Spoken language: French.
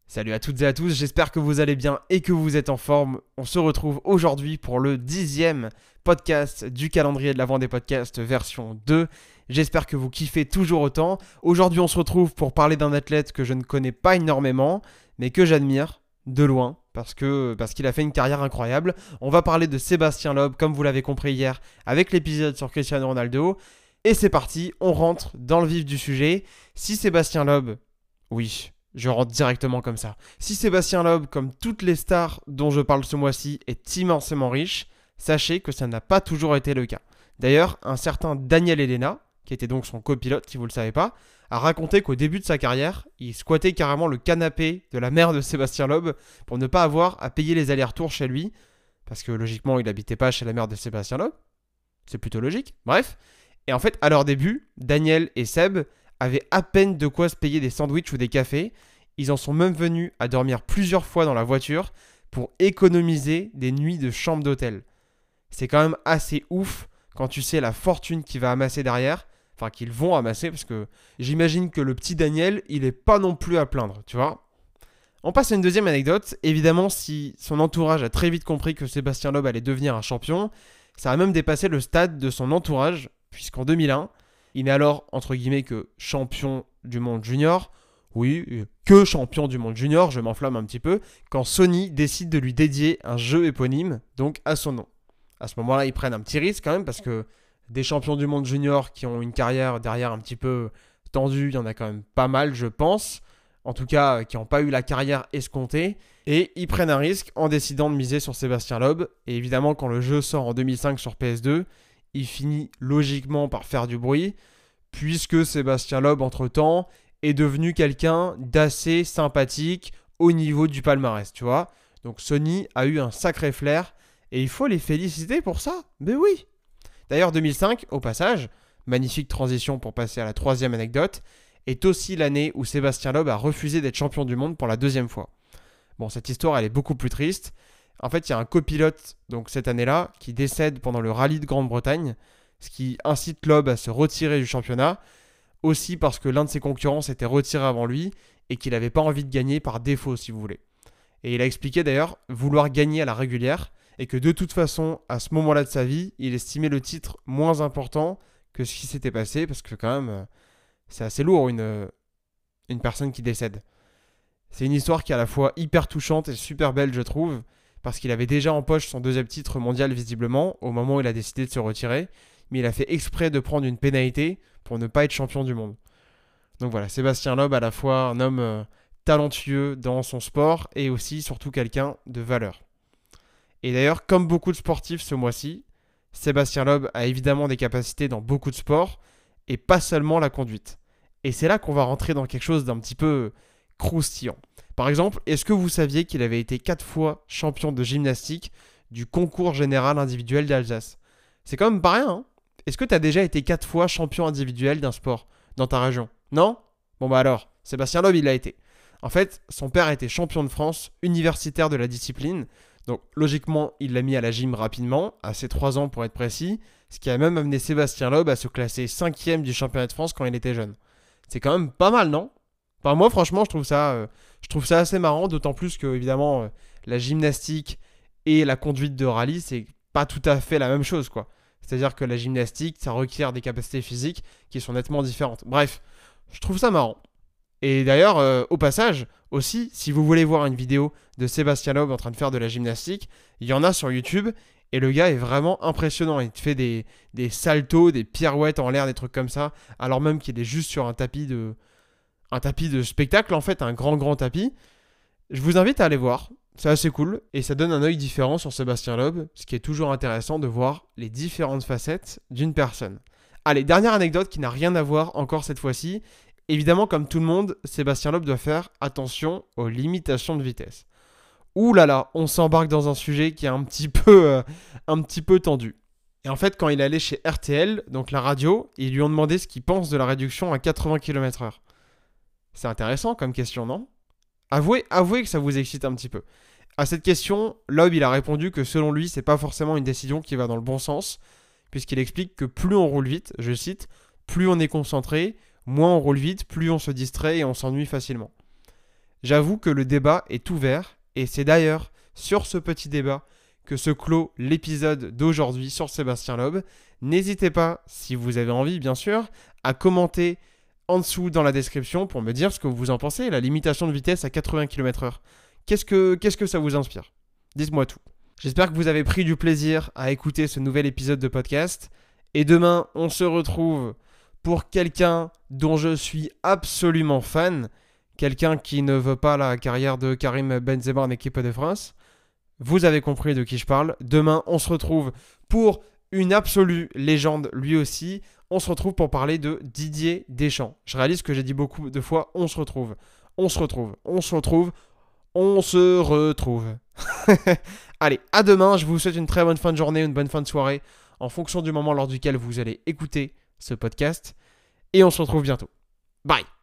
Salut à toutes et à tous, j'espère que vous allez bien et que vous êtes en forme. On se retrouve aujourd'hui pour le 10e podcast du calendrier de l'Avent des podcasts version 2. J'espère que vous kiffez toujours autant. Aujourd'hui on se retrouve pour parler d'un athlète que je ne connais pas énormément, mais que j'admire de loin parce qu'il a fait une carrière incroyable. On va parler de Sébastien Loeb, comme vous l'avez compris hier, avec l'épisode sur Cristiano Ronaldo. Et c'est parti, on rentre dans le vif du sujet. Si Sébastien Loeb, oui, je rentre directement comme ça. Si Sébastien Loeb, comme toutes les stars dont je parle ce mois-ci, est immensément riche, sachez que ça n'a pas toujours été le cas. D'ailleurs, un certain Daniel Elena, qui était donc son copilote, si vous ne le savez pas, a raconté qu'au début de sa carrière, il squattait carrément le canapé de la mère de Sébastien Loeb pour ne pas avoir à payer les allers-retours chez lui, parce que logiquement, il n'habitait pas chez la mère de Sébastien Loeb. C'est plutôt logique. Bref. Et en fait, à leur début, Daniel et Seb avaient à peine de quoi se payer des sandwichs ou des cafés. Ils en sont même venus à dormir plusieurs fois dans la voiture pour économiser des nuits de chambre d'hôtel. C'est quand même assez ouf quand tu sais la fortune qu'il va amasser derrière. Enfin, qu'ils vont amasser, parce que j'imagine que le petit Daniel, il est pas non plus à plaindre, tu vois. On passe à une deuxième anecdote. Évidemment, si son entourage a très vite compris que Sébastien Loeb allait devenir un champion, ça a même dépassé le stade de son entourage, puisqu'en 2001, il n'est alors, entre guillemets, que champion du monde junior. Oui, que champion du monde junior, je m'enflamme un petit peu, quand Sony décide de lui dédier un jeu éponyme, donc à son nom. À ce moment-là, ils prennent un petit risque quand même, parce que des champions du monde junior qui ont une carrière derrière un petit peu tendue, il y en a quand même pas mal, je pense. En tout cas, qui n'ont pas eu la carrière escomptée. Et ils prennent un risque en décidant de miser sur Sébastien Loeb. Et évidemment, quand le jeu sort en 2005 sur PS2, il finit logiquement par faire du bruit, puisque Sébastien Loeb, entre-temps, est devenu quelqu'un d'assez sympathique au niveau du palmarès, tu vois. Donc Sony a eu un sacré flair, et il faut les féliciter pour ça. Mais oui. D'ailleurs, 2005, au passage, magnifique transition pour passer à la troisième anecdote, est aussi l'année où Sébastien Loeb a refusé d'être champion du monde pour la deuxième fois. Bon, cette histoire, elle est beaucoup plus triste. En fait, il y a un copilote, donc cette année-là, qui décède pendant le rallye de Grande-Bretagne, ce qui incite Loeb à se retirer du championnat, aussi parce que l'un de ses concurrents s'était retiré avant lui et qu'il n'avait pas envie de gagner par défaut, si vous voulez. Et il a expliqué d'ailleurs vouloir gagner à la régulière et que de toute façon, à ce moment-là de sa vie, il estimait le titre moins important que ce qui s'était passé, parce que quand même, c'est assez lourd une personne qui décède. C'est une histoire qui est à la fois hyper touchante et super belle, je trouve, parce qu'il avait déjà en poche son deuxième titre mondial visiblement, au moment où il a décidé de se retirer, mais il a fait exprès de prendre une pénalité pour ne pas être champion du monde. Donc voilà, Sébastien Loeb, à la fois un homme talentueux dans son sport et aussi surtout quelqu'un de valeur. Et d'ailleurs, comme beaucoup de sportifs ce mois-ci, Sébastien Loeb a évidemment des capacités dans beaucoup de sports et pas seulement la conduite. Et c'est là qu'on va rentrer dans quelque chose d'un petit peu croustillant. Par exemple, est-ce que vous saviez qu'il avait été 4 fois champion de gymnastique du concours général individuel d'Alsace? C'est quand même pas rien, hein? Est-ce que tu as déjà été 4 fois champion individuel d'un sport dans ta région? Non? Bon bah alors, Sébastien Loeb il l'a été. En fait, son père était champion de France universitaire de la discipline, donc logiquement il l'a mis à la gym rapidement, à ses 3 ans pour être précis, ce qui a même amené Sébastien Loeb à se classer 5e du championnat de France quand il était jeune. C'est quand même pas mal, non? Enfin, moi franchement je trouve ça assez marrant, d'autant plus que évidemment la gymnastique et la conduite de rallye c'est pas tout à fait la même chose quoi. C'est-à-dire que la gymnastique ça requiert des capacités physiques qui sont nettement différentes. Bref, je trouve ça marrant. Et d'ailleurs au passage aussi, si vous voulez voir une vidéo de Sébastien Loeb en train de faire de la gymnastique, il y en a sur YouTube et le gars est vraiment impressionnant. Il fait des saltos, des pirouettes en l'air, des trucs comme ça, alors même qu'il est juste sur un tapis de spectacle en fait, un grand tapis. Je vous invite à aller voir, c'est assez cool et ça donne un œil différent sur Sébastien Loeb, ce qui est toujours intéressant de voir les différentes facettes d'une personne. Allez, dernière anecdote qui n'a rien à voir encore cette fois-ci. Évidemment, comme tout le monde, Sébastien Loeb doit faire attention aux limitations de vitesse. Ouh là là, on s'embarque dans un sujet qui est un petit peu tendu. Et en fait, quand il allait chez RTL, donc la radio, ils lui ont demandé ce qu'il pense de la réduction à 80 km/h. C'est intéressant comme question, non? Avouez que ça vous excite un petit peu. À cette question, Loeb il a répondu que selon lui, c'est pas forcément une décision qui va dans le bon sens, puisqu'il explique que plus on roule vite, je cite, plus on est concentré, moins on roule vite, plus on se distrait et on s'ennuie facilement. J'avoue que le débat est ouvert et c'est d'ailleurs sur ce petit débat que se clôt l'épisode d'aujourd'hui sur Sébastien Loeb. N'hésitez pas, si vous avez envie bien sûr, à commenter en dessous dans la description pour me dire ce que vous en pensez, la limitation de vitesse à 80 km/h. Qu'est-ce que ça vous inspire? Dites-moi tout. J'espère que vous avez pris du plaisir à écouter ce nouvel épisode de podcast. Et demain, on se retrouve pour quelqu'un dont je suis absolument fan, quelqu'un qui ne veut pas la carrière de Karim Benzema en équipe de France. Vous avez compris de qui je parle. Demain, on se retrouve pour une absolue légende lui aussi. On se retrouve pour parler de Didier Deschamps. Je réalise que j'ai dit beaucoup de fois on se retrouve. On se retrouve. On se retrouve. On se retrouve. Allez, à demain. Je vous souhaite une très bonne fin de journée, une bonne fin de soirée, en fonction du moment lors duquel vous allez écouter ce podcast. Et on se retrouve bientôt. Bye.